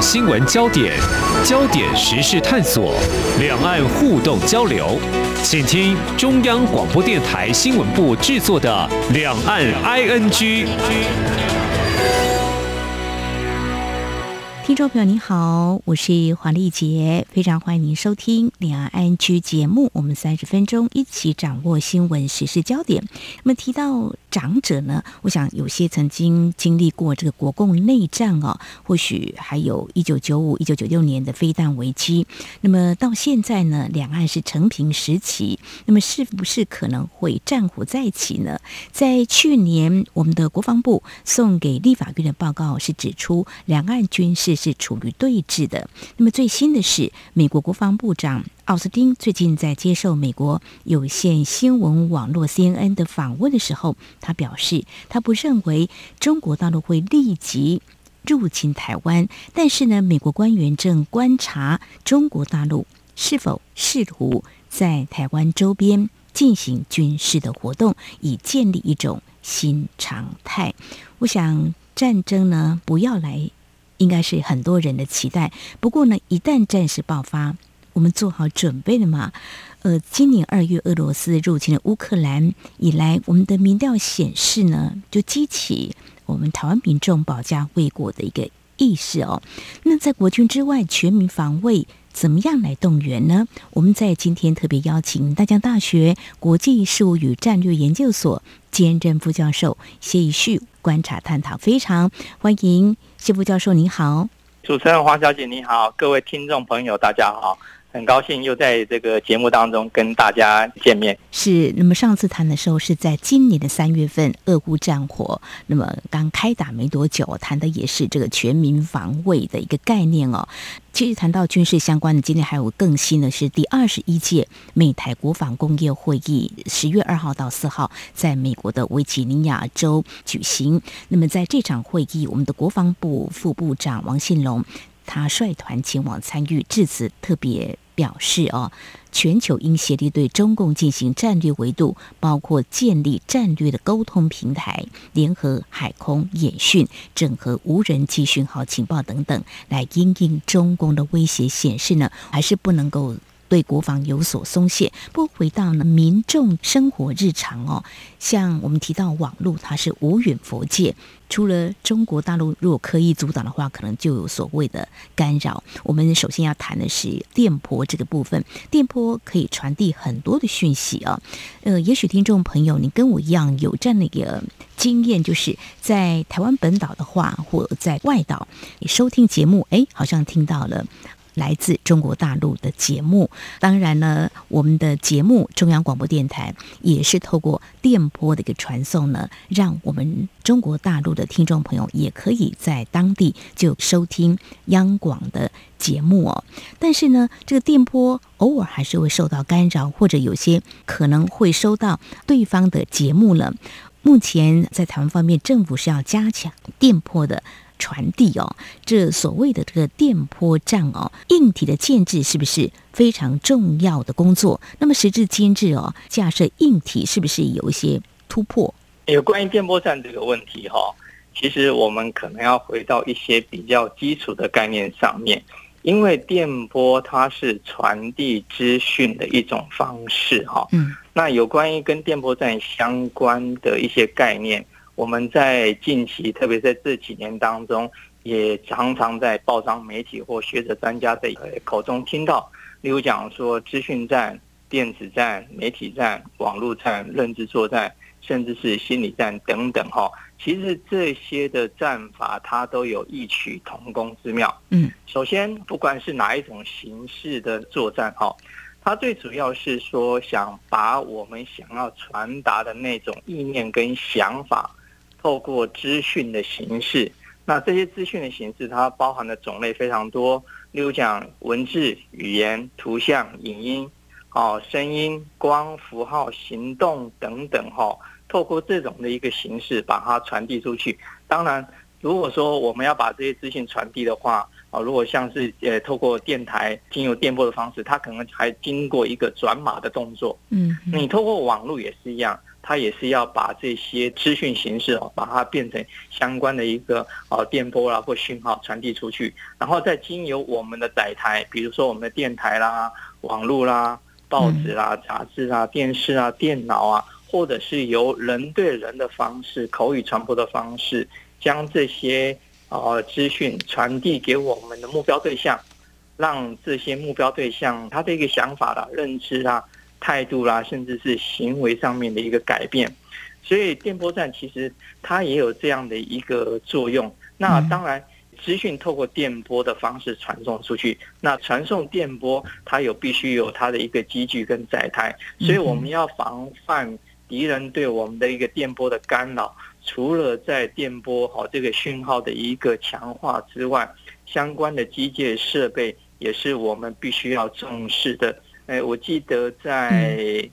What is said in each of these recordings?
岸新闻焦点、焦点时事探索、两岸互动交流，请听中央广播电台新闻部制作的《两岸 ING》。 听众朋友您好，我是黄丽杰，非常欢迎您收听两岸 ING 节目，我们30分钟一起掌握新闻时事焦点。那么提到长者呢，我想有些曾经经历过这个国共内战或许还有1995、1996年的飞弹危机。那么到现在呢，两岸是承平时期，那么是不是可能会战火再起呢？在去年，我们的国防部送给立法院的报告是指出，两岸军事是处于对峙的。那么最新的是，美国国防部长奥斯汀最近在接受美国有线新闻网络 CNN 的访问的时候，他表示，他不认为中国大陆会立即入侵台湾，但是呢，美国官员正观察中国大陆是否试图在台湾周边进行军事的活动，以建立一种新常态。我想战争呢，不要来，应该是很多人的期待。不过呢，一旦战事爆发，我们做好准备了吗？今年2月俄罗斯入侵了乌克兰以来，我们的民调显示呢，就激起我们台湾民众保家卫国的一个意识哦。那在国军之外，全民防卫怎么样来动员呢？我们在今天特别邀请大江大学国际事务与战略研究所兼任副教授谢宜旭观察探讨，非常欢迎谢副教授，您好。 主持人黄小姐你好，各位听众朋友大家好，很高兴又在这个节目当中跟大家见面。 是，那么上次谈的时候是在今年的3月份，俄乌战火那么刚开打没多久，谈的也是这个全民防卫的一个概念哦。其实谈到军事相关的，今天还有更新的是第21届美台国防工业会议，10月2号到4号在美国的维吉尼亚州举行。那么在这场会议，我们的国防部副部长王信龙他率团前往参与，致辞特别表示全球应协力对中共进行战略维度，包括建立战略的沟通平台、联合海空演训、整合无人机讯号情报等等，来因应中共的威胁。显示呢，还是不能够对国防有所松懈。不过回到呢民众生活日常像我们提到网络，它是无远弗届，除了中国大陆如果刻意阻挡的话，可能就有所谓的干扰。我们首先要谈的是电波这个部分，电波可以传递很多的讯息也许听众朋友你跟我一样有这样的一个经验，就是在台湾本岛的话，或在外岛你收听节目，好像听到了来自中国大陆的节目。当然呢，我们的节目中央广播电台也是透过电波的一个传送呢，让我们中国大陆的听众朋友也可以在当地就收听央广的节目但是呢，这个电波偶尔还是会受到干扰，或者有些可能会收到对方的节目了。目前在台湾方面，政府是要加强电波的传递这所谓的这个电波站硬体的建制是不是非常重要的工作？那么时至今日架设硬体是不是有一些突破？ 有关于电波站这个问题其实我们可能要回到一些比较基础的概念上面，因为电波它是传递资讯的一种方式那有关于跟电波站相关的一些概念，我们在近期，特别在这几年当中，也常常在报章媒体或学者专家的口中听到，例如讲说资讯战、电子战、媒体战、网络战、认知作战，甚至是心理战等等其实这些的战法它都有异曲同工之妙。首先不管是哪一种形式的作战它最主要是说想把我们想要传达的那种意念跟想法透过资讯的形式，那这些资讯的形式它包含的种类非常多，例如讲文字、语言、图像、影音声音、光、符号、行动等等透过这种的一个形式把它传递出去。当然如果说我们要把这些资讯传递的话如果像是透过电台经由电波的方式，它可能还经过一个转码的动作。你透过网络也是一样， 它也是要把这些资讯形式把它变成相关的一个电波啦或讯号传递出去，然后再经由我们的载台，比如说我们的电台啦、网络啦、报纸啦、杂志啦、电视啊、电脑啊，或者是由人对人的方式、口语传播的方式，将这些资讯传递给我们的目标对象，让这些目标对象他的一个想法啦、认知啦、态度啦，甚至是行为上面的一个改变。所以电波站其实它也有这样的一个作用。那当然资讯透过电波的方式传送出去，那传送电波它必须有它的一个机具跟载台，所以我们要防范敌人对我们的一个电波的干扰，除了在电波这个讯号的一个强化之外，相关的机械设备也是我们必须要重视的。我记得在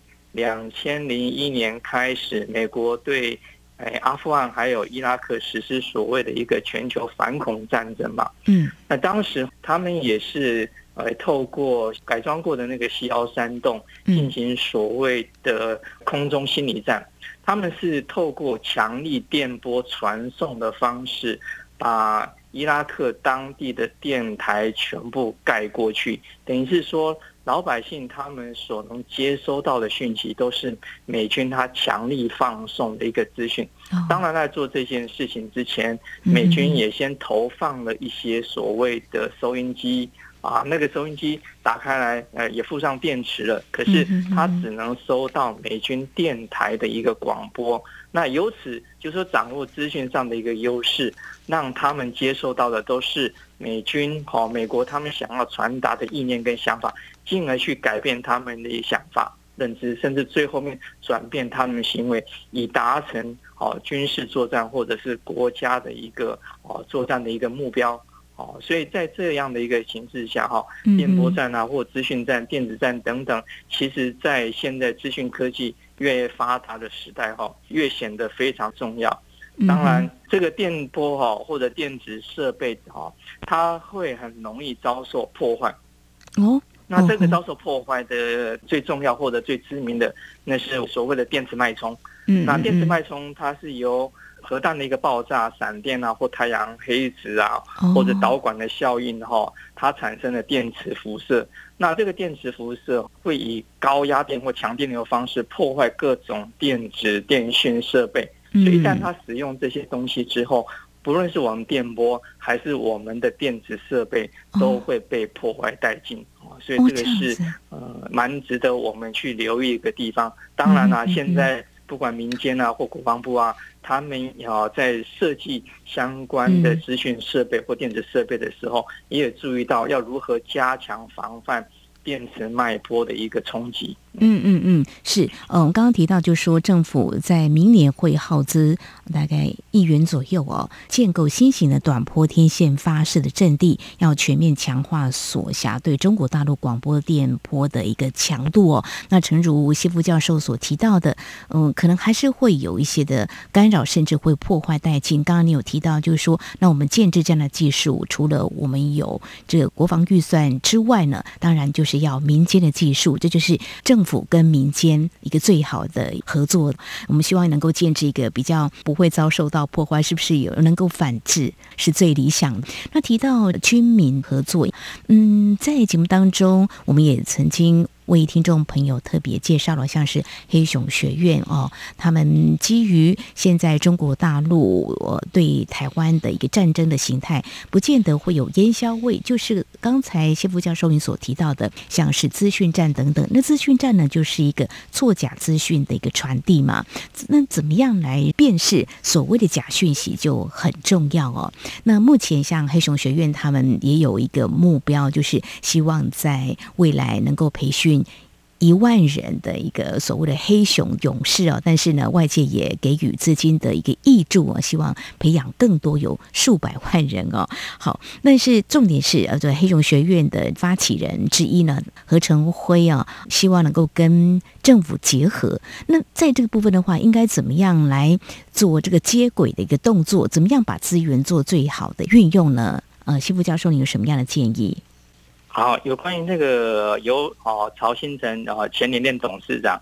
2001年开始，美国对阿富汗还有伊拉克实施所谓的一个全球反恐战争嘛。那当时他们也是透过改装过的那个西凹山洞进行所谓的空中心理战，他们是透过强力电波传送的方式，把伊拉克当地的电台全部盖过去，等于是说老百姓他们所能接收到的讯息都是美军他强力放送的一个资讯。当然在做这件事情之前，美军也先投放了一些所谓的收音机那个收音机打开来也附上电池了，可是它只能收到美军电台的一个广播。那由此就是说掌握资讯上的一个优势，让他们接受到的都是美军美国他们想要传达的意念跟想法，进而去改变他们的想法认知，甚至最后面转变他们的行为，以达成军事作战或者是国家的一个作战的一个目标。所以在这样的一个形势下电波战或资讯战、电子战等等，其实在现在资讯科技越发达的时代越显得非常重要。当然这个电波或者电子设备它会很容易遭受破坏。那这个遭受破坏的最重要或者最知名的，那是所谓的电磁脉冲。那电磁脉冲它是由核弹的一个爆炸、闪电或太阳黑子或者导管的效应它产生了电磁辐射。那这个电磁辐射会以高压电或强电流方式破坏各种电子电讯设备，所以一旦它使用这些东西之后，不论是我们电波还是我们的电子设备都会被破坏殆尽。所以这个是蛮值得我们去留意一个地方。当然现在不管民间或国防部他们在设计相关的资讯设备或电子设备的时候，也有注意到要如何加强防范电磁脉波的一个冲击。 是，我们刚刚提到就是说政府在明年会耗资大概1亿元左右建构新型的短波天线发射的阵地，要全面强化所辖对中国大陆广播电波的一个强度那诚如谢副教授所提到的，可能还是会有一些的干扰，甚至会破坏殆尽。刚刚你有提到就是说，那我们建制这样的技术，除了我们有这个国防预算之外呢，当然就是要民间的技术，这就是政府跟民间一个最好的合作。我们希望能够建制一个比较不会遭受到破坏，是不是有能够反制是最理想的。那提到军民合作，在节目当中我们也曾经为听众朋友特别介绍了像是黑熊学院他们基于现在中国大陆对台湾的一个战争的形态，不见得会有烟硝味，就是刚才谢副教授你所提到的像是资讯战等等。那资讯战呢，就是一个作假资讯的一个传递嘛，那怎么样来辨识所谓的假讯息就很重要那目前像黑熊学院他们也有一个目标，就是希望在未来能够培训1万人的一个所谓的黑熊勇士但是呢，外界也给予资金的一个挹注希望培养更多有数百万人好，但是重点是这黑熊学院的发起人之一呢，何成辉希望能够跟政府结合。那在这个部分的话，应该怎么样来做这个接轨的一个动作？怎么样把资源做最好的运用呢？谢副教授，你有什么样的建议？ 好，有关于那个由曹新成前联电董事长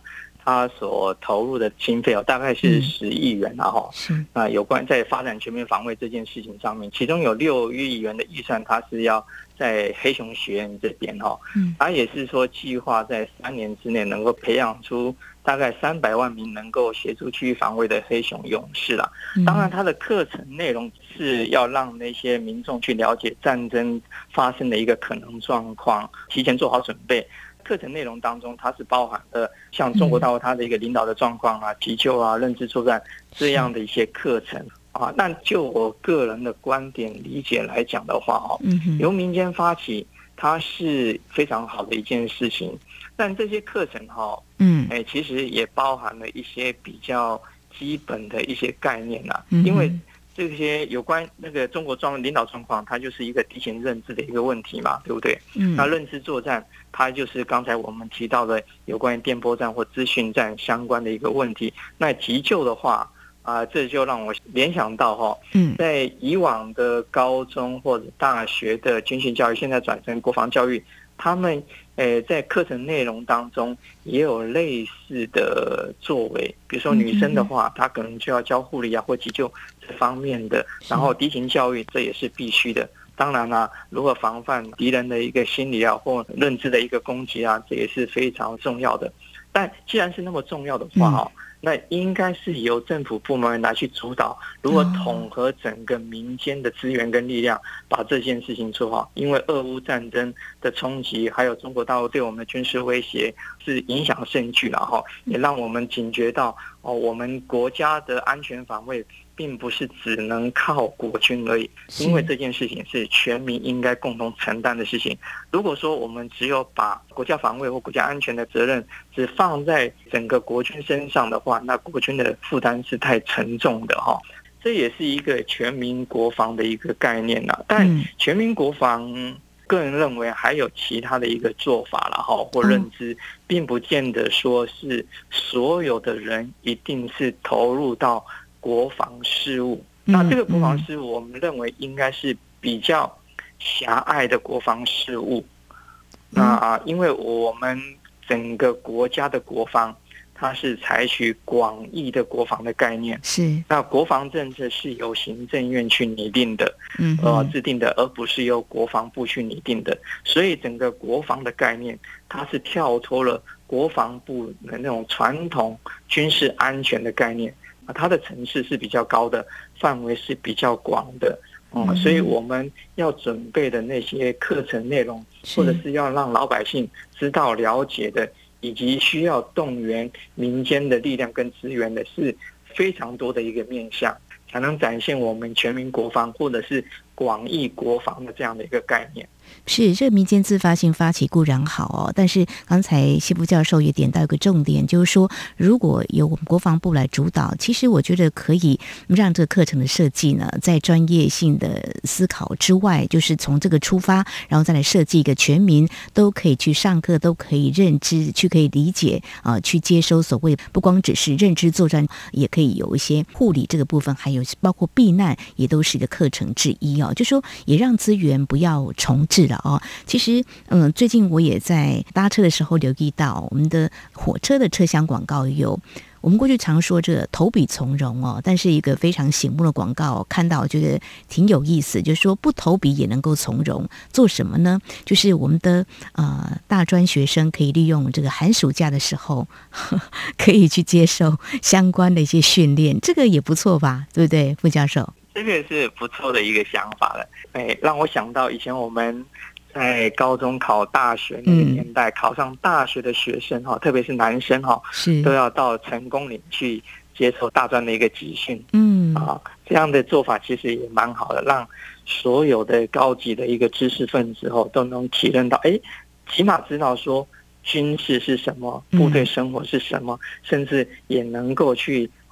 它所投入的经费大概是10亿元那有关在发展全民防卫这件事情上面，其中有6亿元的预算，它是要在黑熊学院这边它也是说计划在3年之内能够培养出大概300万名能够协助区域防卫的黑熊勇士啦。当然，它的课程内容是要让那些民众去了解战争发生的一个可能状况，提前做好准备。课程内容当中，它是包含了像中国大陆它的一个领导的状况急救认知作战这样的一些课程那就我个人的观点理解来讲的话由民间发起，它是非常好的一件事情。但这些课程其实也包含了一些比较基本的一些概念因为这些有关那个中国领导状况，它就是一个敌情认知的一个问题嘛，对不对？那认知作战，它就是刚才我们提到的有关于电波战或资讯战相关的一个问题。那急救的话这就让我联想到在以往的高中或者大学的军训教育，现在转成国防教育，他们在课程内容当中也有类似的作为，比如说女生的话，她可能就要教护理或急救这方面的，然后敌情教育这也是必须的。当然如何防范敌人的一个心理或认知的一个攻击这也是非常重要的。但既然是那么重要的话那应该是由政府部门来去主导，如何统合整个民间的资源跟力量，把这件事情做好。因为俄乌战争的冲击，还有中国大陆对我们的军事威胁是影响甚巨了也让我们警觉到我们国家的安全防卫并不是只能靠国军而已，因为这件事情是全民应该共同承担的事情。如果说我们只有把国家防卫或国家安全的责任只放在整个国军身上的话，那国军的负担是太沉重的这也是一个全民国防的一个概念但全民国防个人认为还有其他的一个做法或认知，并不见得说是所有的人一定是投入到国防事务。那这个国防事务我们认为应该是比较狭隘的国防事务。那因为我们整个国家的国防它是采取广义的国防的概念，是那国防政策是由行政院去拟定的，制定的，而不是由国防部去拟定的。所以整个国防的概念，它是跳脱了国防部的那种传统军事安全的概念，它的层次是比较高的，范围是比较广的。所以我们要准备的那些课程内容，或者是要让老百姓知道了解的，以及需要动员民间的力量跟资源的，是非常多的一个面向，才能展现我们全民国防或者是广义国防的这样的一个概念。 是，这个民间自发性发起固然好但是刚才谢副教授也点到一个重点，就是说如果由我们国防部来主导，其实我觉得可以让这个课程的设计呢，在专业性的思考之外，就是从这个出发，然后再来设计一个全民都可以去上课，都可以认知，去可以理解去接收所谓不光只是认知作战，也可以有一些护理这个部分，还有包括避难也都是一个课程之一就说也让资源不要重置了其实最近我也在搭车的时候留意到我们的火车的车厢广告有我们过去常说这个投笔从戎但是一个非常醒目的广告看到我觉得挺有意思，就是说不投笔也能够从戎，做什么呢？就是我们的大专学生可以利用这个寒暑假的时候可以去接受相关的一些训练，这个也不错吧，对不对，副教授？ 这个是不错的一个想法了，让我想到以前我们在高中考大学那个年代，考上大学的学生特别是男生都要到成功岭去接受大专的一个集训。这样的做法其实也蛮好的，让所有的高级的一个知识分子都能体认到，起码知道说军事是什么，部队生活是什么，甚至也能够去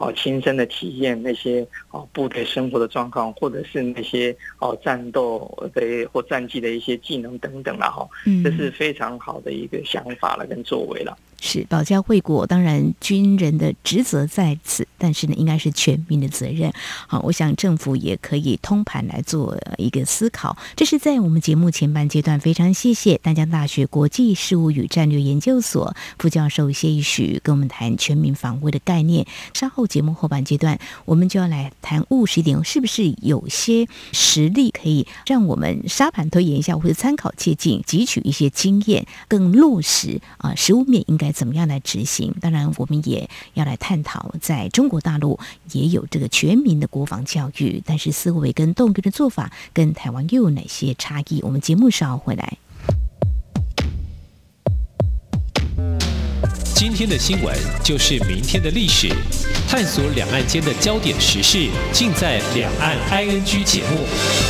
亲身的体验那些部队生活的状况，或者是那些战斗的或战绩的一些技能等等啦这是非常好的一个想法了跟作为了。 是保家卫国，当然军人的职责在此，但是呢，应该是全民的责任。好，我想政府也可以通盘来做一个思考。这是在我们节目前半阶段，非常谢谢淡江大学国际事务与战略研究所副教授谢一许跟我们谈全民防卫的概念。稍后节目后半阶段，我们就要来谈务实一点，是不是有些实例可以让我们沙盘推演一下，或者参考借鉴，汲取一些经验，更落实实务面应该怎么样来执行。当然我们也要来探讨在中国大陆也有这个全民的国防教育，但是思维跟动员的做法跟台湾又有哪些差异。我们节目稍后回来。 今天的新闻就是明天的历史，探索两岸间的焦点时事，尽在两岸 ING 节目。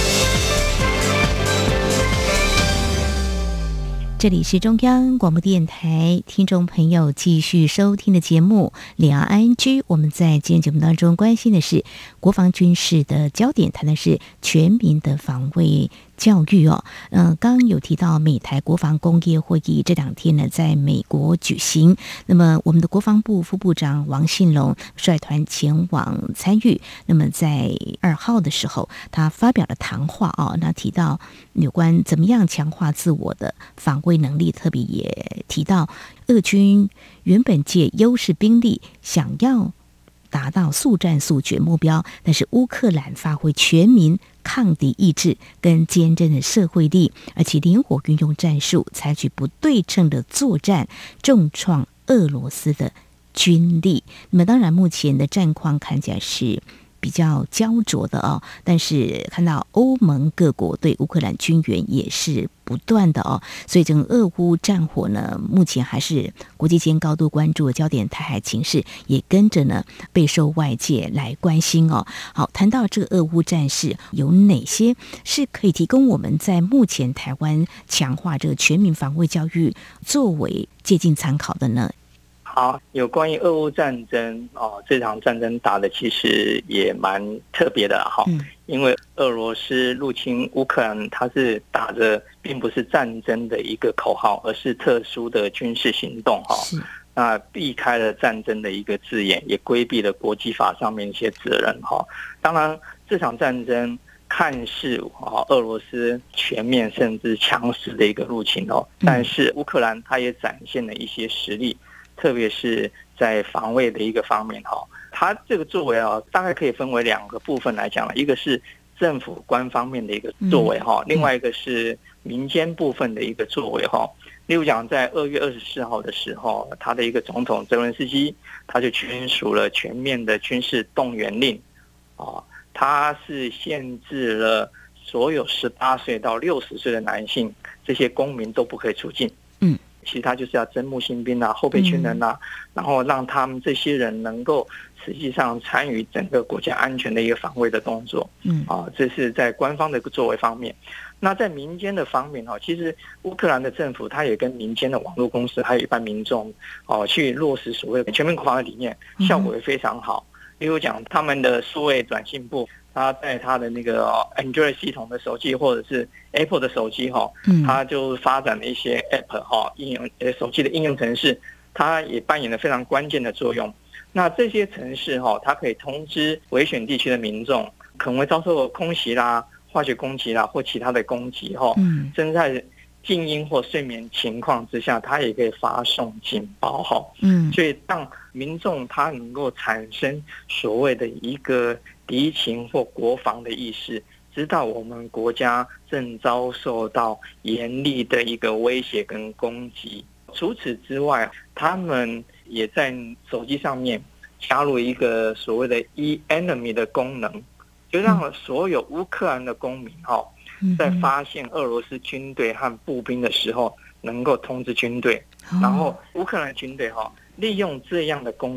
这里是中央广播电台，听众朋友继续收听的节目两岸 ING。我们在今天节目当中关心的是国防军事的焦点，谈的是全民的防卫教育刚刚有提到美台国防工业会议这2天呢在美国举行，那么我们的国防部副部长王信龙率团前往参与。那么在2号的时候，他发表了谈话那提到有关怎么样强化自我的防卫能力，特别也提到俄军原本借优势兵力想要达到速战速决目标，但是乌克兰发挥全民抗敌意志跟坚韧的社会力，而且灵活运用战术，采取不对称的作战，重创俄罗斯的军力。那么当然目前的战况看起来是比较焦灼的但是看到欧盟各国对乌克兰军援也是不断的所以整个俄乌战火呢，目前还是国际间高度关注的焦点，台海情势也跟着呢备受外界来关心好，谈到这个俄乌战事，有哪些是可以提供我们在目前台湾强化这个全民防卫教育作为借鉴参考的呢？ 好，有关于俄乌战争这场战争打的其实也蛮特别的因为俄罗斯入侵乌克兰，它是打着并不是战争的一个口号，而是特殊的军事行动那避开了战争的一个字眼，也规避了国际法上面一些责任当然这场战争看似俄罗斯全面甚至强势的一个入侵但是乌克兰它也展现了一些实力，特别是在防卫的一个方面它这个作为大概可以分为2个部分来讲，一个是政府官方面的一个作为另外一个是民间部分的一个作为例如讲在2月24号的时候，他的一个总统泽伦斯基他就签署了全面的军事动员令他是限制了所有18岁到60岁的男性这些公民都不可以出境其实他就是要征募新兵后备军人然后让他们这些人能够实际上参与整个国家安全的一个防卫的动作这是在官方的作为方面。那在民间的方面其实乌克兰的政府他也跟民间的网络公司还有一般民众去落实所谓的全民国防的理念，效果也非常好。例如讲他们的数位转型部，他在他的那个 Android 系统的手机或者是 Apple 的手机他就发展了一些 App 应用手机的应用程式，它也扮演了非常关键的作用。那这些程式它可以通知危险地区的民众可能会遭受空袭啦、化学攻击啦或其他的攻击甚至在静音或睡眠情况之下，它也可以发送警报所以让民众他能够产生所谓的一个敌情或国防的意识，知道我们国家正遭受到严厉的一个威胁跟攻击。除此之外，他们也在手机上面加入一个所谓的 e-enemy 的功能，就让所有乌克兰的公民在发现俄罗斯军队和步兵的时候能够通知军队，然后乌克兰军队利用这样的功能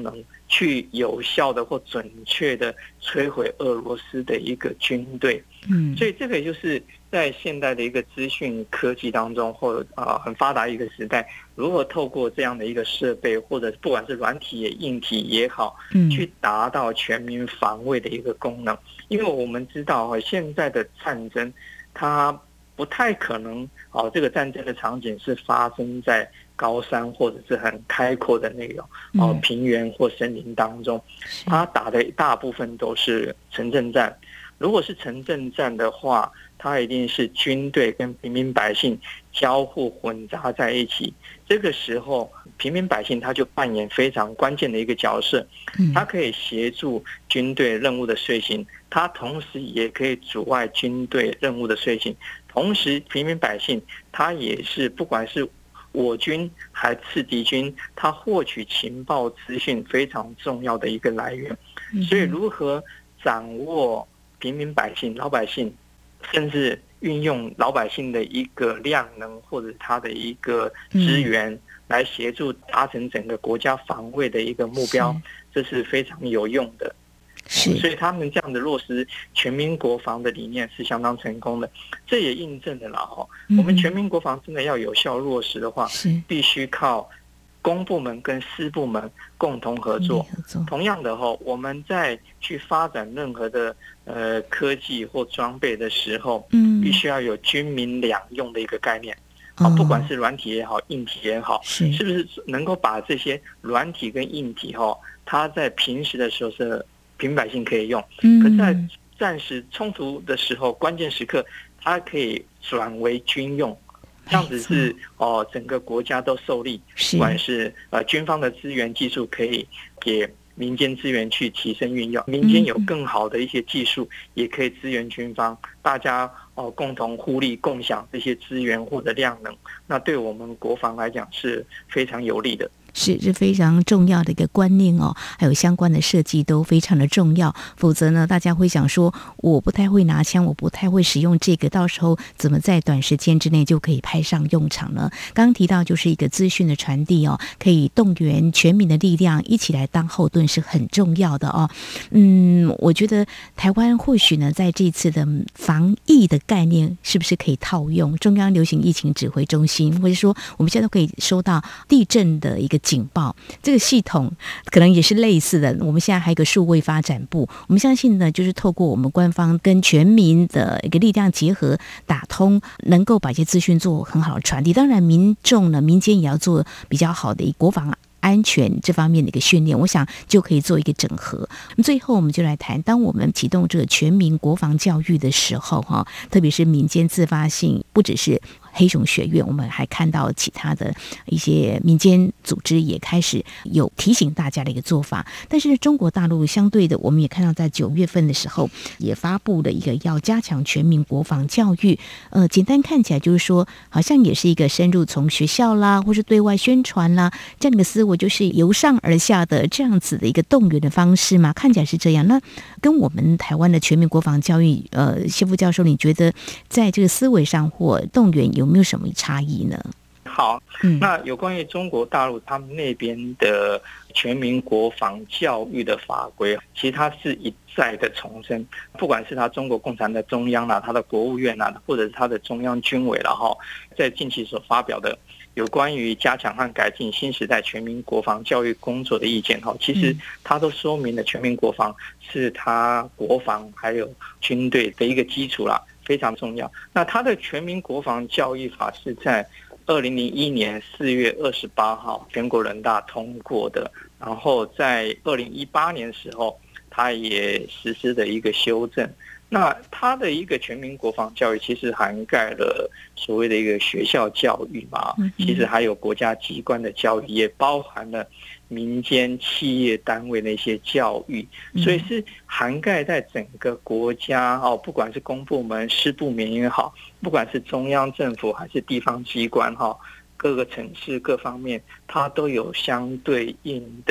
去有效的或准确的摧毁俄罗斯的一个军队。所以这个就是在现代的一个资讯科技当中，或很发达一个时代，如何透过这样的一个设备，或者不管是软体也硬体也好，去达到全民防卫的一个功能。因为我们知道现在的战争它不太可能这个战争的场景是发生在高山或者是很开阔的那种平原或森林当中，它打的大部分都是城镇战。如果是城镇战的话，它一定是军队跟平民百姓交互混杂在一起。这个时候，平民百姓他就扮演非常关键的一个角色，他可以协助军队任务的遂行，他同时也可以阻碍军队任务的遂行。同时，平民百姓他也是不管是我军还是敌军，他获取情报资讯非常重要的一个来源。所以，如何掌握平民百姓、老百姓，甚至运用老百姓的一个量能或者他的一个资源，来协助达成整个国家防卫的一个目标，这是非常有用的。所以他们这样的落实全民国防的理念是相当成功的，这也印证了啦我们全民国防真的要有效落实的话，必须靠公部门跟私部门共同合作。同样的我们在去发展任何的科技或装备的时候，必须要有军民两用的一个概念。不管是软体也好，硬体也好，是不是能够把这些软体跟硬体它在平时的时候是平民百姓可以用，可是在战时冲突的时候，关键时刻它可以转为军用。这样子是整个国家都受利，不管是军方的资源技术可以给民间资源去提升运用，民间有更好的一些技术也可以支援军方，大家共同互利共享这些资源或者量能，那对我们国防来讲是非常有利的。 是非常重要的一个观念还有相关的设计都非常的重要，否则呢大家会想说我不太会拿枪，我不太会使用这个，到时候怎么在短时间之内就可以派上用场呢？刚刚提到就是一个资讯的传递可以动员全民的力量一起来当后盾是很重要的我觉得台湾或许呢在这次的防疫的概念是不是可以套用中央流行疫情指挥中心，或者说我们现在都可以收到地震的一个警报，这个系统可能也是类似的。我们现在还有一个数位发展部，我们相信呢，就是透过我们官方跟全民的一个力量结合打通，能够把一些资讯做很好的传递。当然，民众呢，民间也要做比较好的国防安全这方面的一个训练，我想就可以做一个整合。最后我们就来谈，当我们启动这个全民国防教育的时候特别是民间自发性，不只是黑熊学院，我们还看到其他的一些民间组织也开始有提醒大家的一个做法。但是中国大陆相对的，我们也看到在9月份的时候也发布了一个要加强全民国防教育，简单看起来就是说好像也是一个深入从学校啦或是对外宣传啦这样的一个思维，就是由上而下的这样子的一个动员的方式嘛，看起来是这样。那跟我们台湾的全民国防教育谢副教授，你觉得在这个思维上或动员有没有什么差异呢？ 好，那有关于中国大陆他们那边的全民国防教育的法规，其实它是一再的重申，不管是他中国共产党中央他的国务院或者是他的中央军委在近期所发表的有关于加强和改进新时代全民国防教育工作的意见其实它都说明了全民国防是他国防还有军队的一个基础啦，非常重要。那它的全民国防教育法是在2001年4月28号全国人大通过的，然后在2018年的时候它也实施的一个修正。那它的一个全民国防教育其实涵盖了所谓的一个学校教育嘛，其实还有国家机关的教育，也包含了民间企业单位的一些教育，所以是涵盖在整个国家不管是公部门、私部门也好，不管是中央政府还是地方机关各个城市各方面，它都有相对应的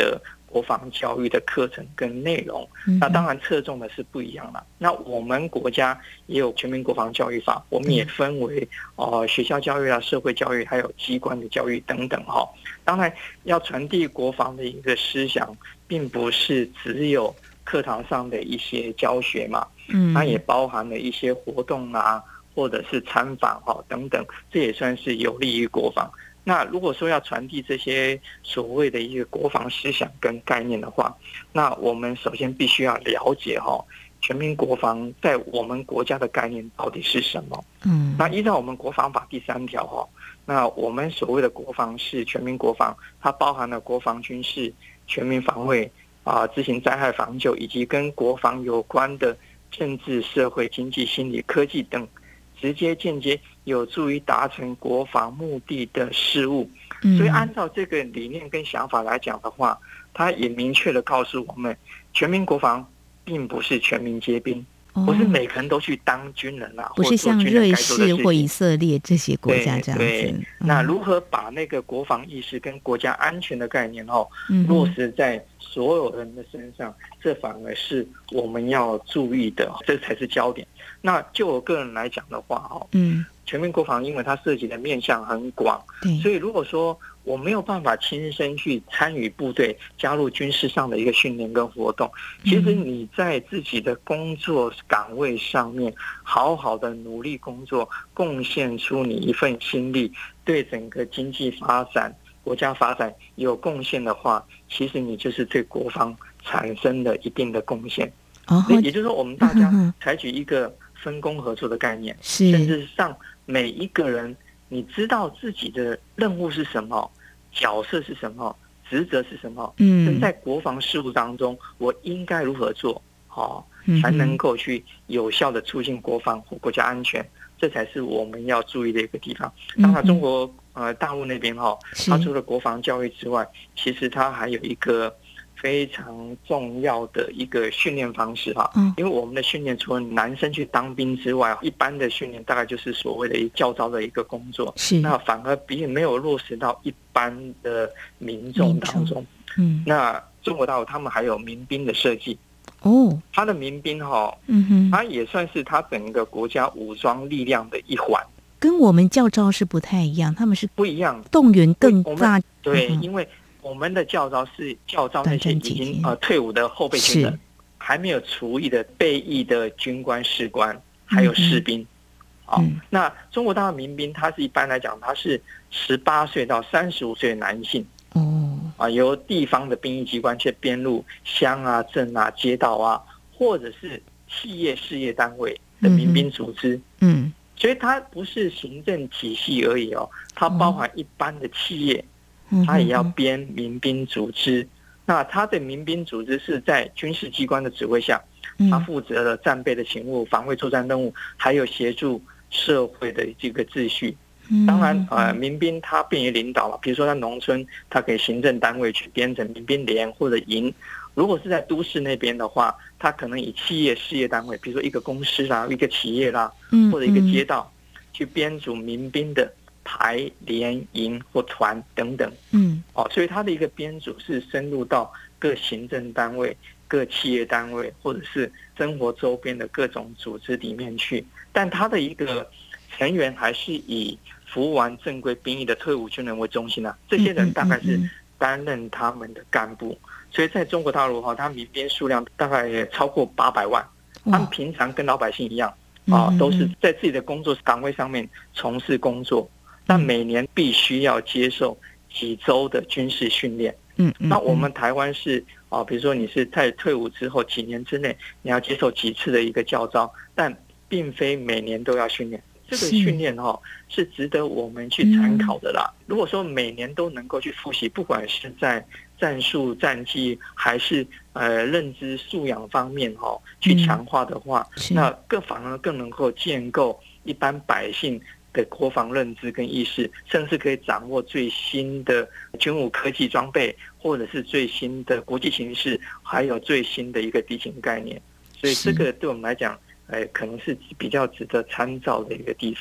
国防教育的课程跟内容，那当然侧重的是不一样了。那我们国家也有全民国防教育法，我们也分为学校教育社会教育，还有机关的教育等等哈。当然，要传递国防的一个思想，并不是只有课堂上的一些教学嘛，它也包含了一些活动或者是参访等等，这也算是有利于国防。那如果说要传递这些所谓的一个国防思想跟概念的话，那我们首先必须要了解全民国防在我们国家的概念到底是什么。那依照我们国防法第3条那我们所谓的国防是全民国防，它包含了国防军事、全民防卫执行灾害防救，以及跟国防有关的政治、社会、经济、心理、科技等直接间接有助于达成国防目的的事物。所以按照这个理念跟想法来讲的话，它也明确的告诉我们，全民国防并不是全民皆兵，不是每个人都去当军人不是像瑞士或以色列这些国家这样子。 那如何把那个国防意识跟国家安全的概念落实在所有人的身上，这反而是我们要注意的，这才是焦点。那就我个人来讲的话全民国防因为它涉及的面向很广，所以如果说我没有办法亲身去参与部队加入军事上的一个训练跟活动，其实你在自己的工作岗位上面好好的努力工作，贡献出你一份心力，对整个经济发展、国家发展有贡献的话，其实你就是对国防产生了一定的贡献。也就是说，我们大家采取一个分工合作的概念，甚至让每一个人你知道自己的任务是什么，角色是什么，职责是什么，在国防事务当中我应该如何做才能够去有效的促进国防或国家安全，这才是我们要注意的一个地方。当然中国大陆那边它除了国防教育之外，其实它还有一个非常重要的一个训练方式因为我们的训练除了男生去当兵之外，一般的训练大概就是所谓的教召的一个工作，那反而并没有落实到一般的民众当中。那中国大陆他们还有民兵的设计他的民兵他也算是他整个国家武装力量的一环， 跟我们教召是不太一样，他们是不一样， 动员更大。 对，因为我们的教召是教召那些已经退伍的后备军人，还没有除役的备役的军官、士官，还有士兵。那中国大陆民兵，他是一般来讲，他是18岁到35岁的男性。由地方的兵役机关去编入乡镇街道或者是企业事业单位的民兵组织。所以它不是行政体系而已它包含一般的企业。他也要编民兵组织，那他的民兵组织是在军事机关的指挥下，他负责了战备的勤务、防卫作战任务，还有协助社会的这个秩序。当然民兵他便于领导比如说在农村，他给行政单位去编成民兵连或者营；如果是在都市那边的话，他可能以企业事业单位，比如说一个公司一个企业或者一个街道，去编组民兵的排、连、营或团等等。所以它的一个编组是深入到各行政单位、各企业单位或者是生活周边的各种组织里面去，但它的一个成员还是以服务完正规兵役的退伍军人为中心这些人大概是担任他们的干部。所以在中国大陆他民兵数量大概也超过800万，他们平常跟老百姓一样都是在自己的工作岗位上面从事工作，但每年必须要接受几周的军事训练。那我们台湾是比如说你是在退伍之后几年之内，你要接受几次的一个教召，但并非每年都要训练。这个训练是值得我们去参考的啦。如果说每年都能够去复习，不管是在战术战绩还是认知素养方面去强化的话，那反而更能够建构一般百姓的国防认知跟意识，甚至可以掌握最新的军武科技装备，或者是最新的国际形势，还有最新的一个敌情概念。所以这个对我们来讲可能是比较值得参照的一个地方了。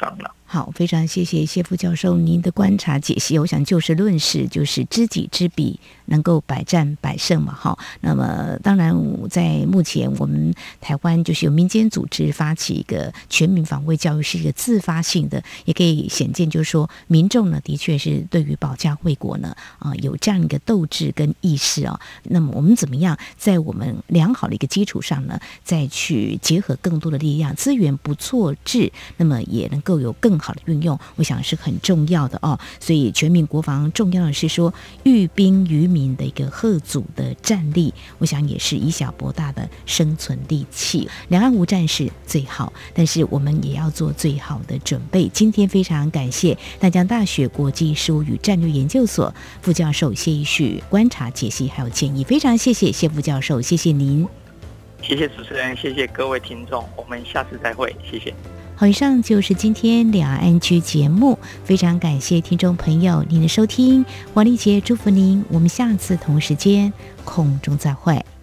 好，非常谢谢谢副教授您的观察解析。我想就事论事，就是知己知彼，能够百战百胜嘛。哈，那么当然，在目前我们台湾就是有民间组织发起一个全民防卫教育，是一个自发性的，也可以显见，就是说民众呢，的确是对于保家卫国呢，有这样一个斗志跟意识啊。那么我们怎么样在我们良好的一个基础上呢，再去结合更多的力量，资源不错置，那么也能够有更好的运用，我想是很重要的哦。所以全民国防重要的是说寓兵于民的一个吓阻的战力，我想也是以小博大的生存利器。两岸无战事最好，但是我们也要做最好的准备。今天非常感谢淡江大学国际事务与战略研究所副教授谢宜旭观察解析还有建议，非常谢谢谢副教授，谢谢您。 谢谢主持人，谢谢各位听众，我们下次再会，谢谢。 好，以上就是今天两岸安居节目，非常感谢听众朋友您的收听，王丽杰祝福您，我们下次同时间空中再会。